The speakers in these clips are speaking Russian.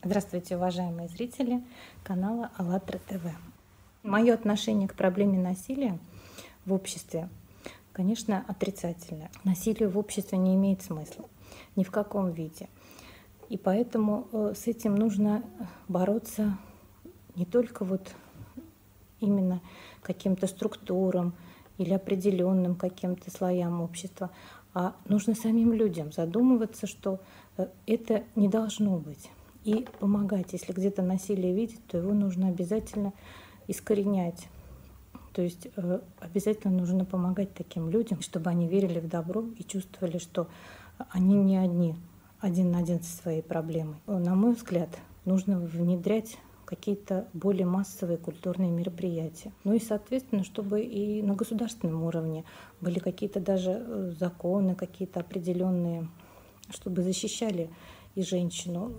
Здравствуйте, уважаемые зрители канала АЛЛАТРА ТВ. Мое отношение к проблеме насилия в обществе, конечно, отрицательное. Насилие в обществе не имеет смысла ни в каком виде. И поэтому с этим нужно бороться не только именно каким-то структурам или определенным каким-то слоям общества, а нужно самим людям задумываться, что это не должно быть. И помогать. Если где-то насилие видит, то его нужно обязательно искоренять. То есть обязательно нужно помогать таким людям, чтобы они верили в добро и чувствовали, что они не одни, один на один со своей проблемой. На мой взгляд, нужно внедрять какие-то более массовые культурные мероприятия. Ну и, соответственно, чтобы и на государственном уровне были какие-то даже законы, какие-то определенные, чтобы защищали и женщину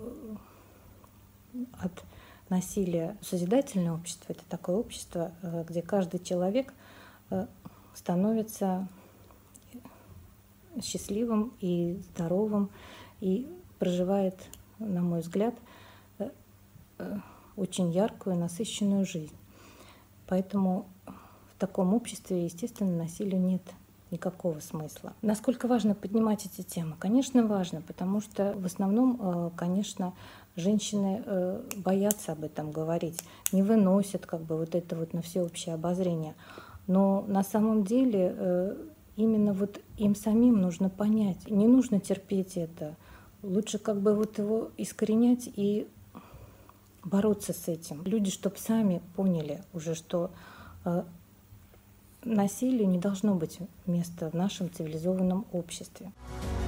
от насилия. Созидательное общество — это такое общество, где каждый человек становится счастливым и здоровым и проживает, на мой взгляд, очень яркую, насыщенную жизнь. Поэтому в таком обществе, естественно, насилию нет никакого смысла. Насколько важно поднимать эти темы? Конечно, важно, потому что в основном, конечно, женщины боятся об этом говорить, не выносят это на всеобщее обозрение. Но на самом деле именно им самим нужно понять, не нужно терпеть это. Лучше его искоренять и бороться с этим. Люди, чтобы сами поняли уже, что насилию не должно быть места в нашем цивилизованном обществе.